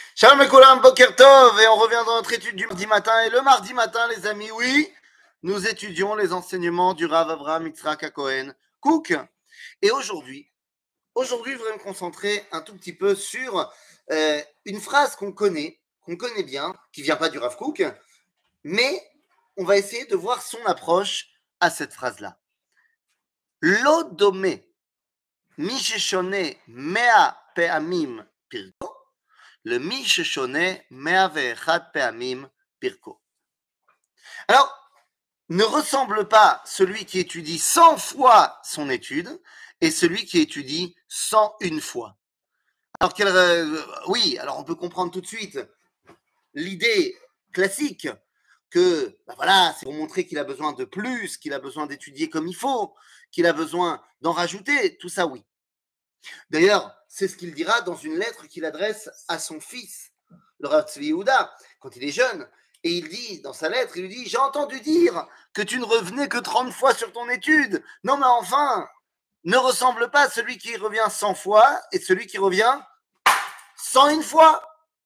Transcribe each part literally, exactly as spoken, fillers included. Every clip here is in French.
Shalom Ekoulam, Boker Tov, et on revient dans notre étude du mardi matin. Et le mardi matin, les amis, oui, nous étudions les enseignements du Rav Avraham Yitzhak Cohen Cook. Et aujourd'hui, aujourd'hui, je voudrais me concentrer un tout petit peu sur euh, une phrase qu'on connaît, qu'on connaît bien, qui vient pas du Rav Cook, mais on va essayer de voir son approche à cette phrase-là. L'odome, misheshone mea pe'amim pirko. Le misheshone mea ve'echad pe'amim pirko. Alors, ne ressemble pas celui qui étudie cent fois son étude et celui qui étudie cent une fois. Alors, quelle, euh, oui, alors on peut comprendre tout de suite l'idée classique que, ben voilà, c'est pour montrer qu'il a besoin de plus, qu'il a besoin d'étudier comme il faut, qu'il a besoin d'en rajouter, tout ça, oui. D'ailleurs, c'est ce qu'il dira dans une lettre qu'il adresse à son fils, le Rav Tzvi Yehuda, quand il est jeune. Et il dit, dans sa lettre, il lui dit, j'ai entendu dire que tu ne revenais que trente fois sur ton étude. Non, mais enfin, ne ressemble pas à celui qui revient cent fois et celui qui revient cent une fois.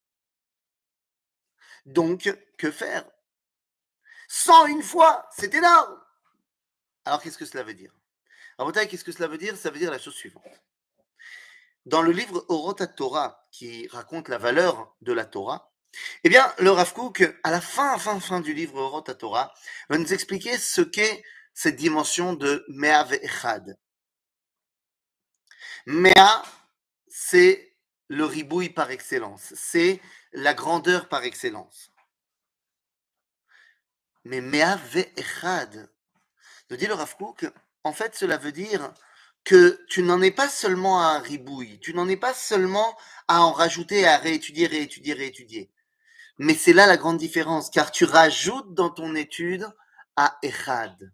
Donc, que faire? cent une fois, c'est énorme. Alors, qu'est-ce que cela veut dire? Alors, qu'est-ce que cela veut dire? Ça veut dire la chose suivante. Dans le livre Orot HaTorah, qui raconte la valeur de la Torah, eh bien, le Rav Kook, à la fin, fin, fin du livre Orot HaTorah, va nous expliquer ce qu'est cette dimension de Mea ve'echad. Mea, c'est le ribouille par excellence, c'est la grandeur par excellence. Mais Mea ve'echad, nous dit le Rav Kook, en fait, cela veut dire que tu n'en es pas seulement à un ribouille, tu n'en es pas seulement à en rajouter, à réétudier, réétudier, réétudier. Mais c'est là la grande différence, car tu rajoutes dans ton étude à Echad.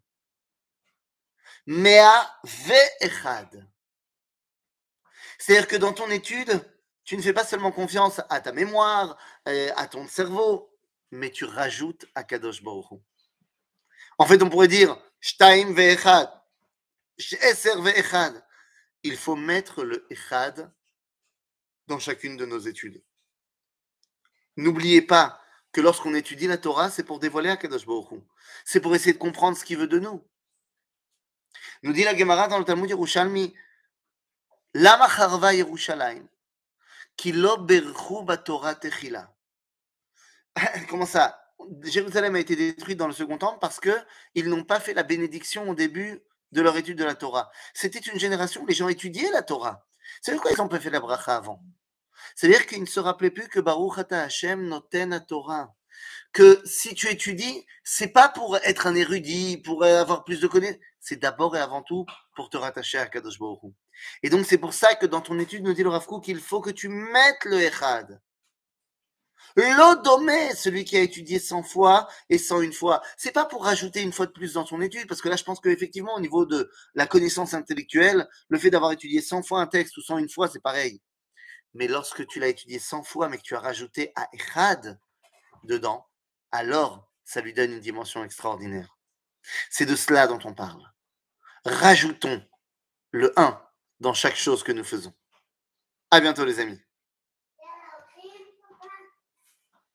Mea ve'echad. C'est-à-dire que dans ton étude, tu ne fais pas seulement confiance à ta mémoire, à ton cerveau, mais tu rajoutes à Kadosh Baruch Hu. En fait, on pourrait dire Shtaim ve'echad, Sheser ve'echad. Il faut mettre le Echad dans chacune de nos études. N'oubliez pas que lorsqu'on étudie la Torah, c'est pour dévoiler Akadosh Baruch Hu. C'est pour essayer de comprendre ce qu'il veut de nous. Nous dit la Gemara dans le Talmud Yerushalmi, Lama charva Yerushalayim, ki lo berchu baTorah techila. Comment ça? Jérusalem a été détruite dans le second temple parce que ils n'ont pas fait la bénédiction au début de leur étude de la Torah. C'était une génération où les gens étudiaient la Torah. C'est pourquoi ils n'ont pas fait la bracha avant. C'est-à-dire qu'ils ne se rappelaient plus que Baruch Ata Hashem noten Torah. Que si tu étudies, c'est pas pour être un érudit, pour avoir plus de connaissances, c'est d'abord et avant tout pour te rattacher à Kadosh Baruch Hu. Et donc c'est pour ça que dans ton étude, nous dit le Rav Kook, qu'il faut que tu mettes le Echad. L'odomé, celui qui a étudié cent fois et cent une fois. C'est pas pour rajouter une fois de plus dans ton étude, parce que là, je pense qu'effectivement, au niveau de la connaissance intellectuelle, le fait d'avoir étudié cent fois un texte ou cent une fois, c'est pareil. Mais lorsque tu l'as étudié cent fois, mais que tu as rajouté à Echad dedans, alors ça lui donne une dimension extraordinaire. C'est de cela dont on parle. Rajoutons le un dans chaque chose que nous faisons. À bientôt les amis.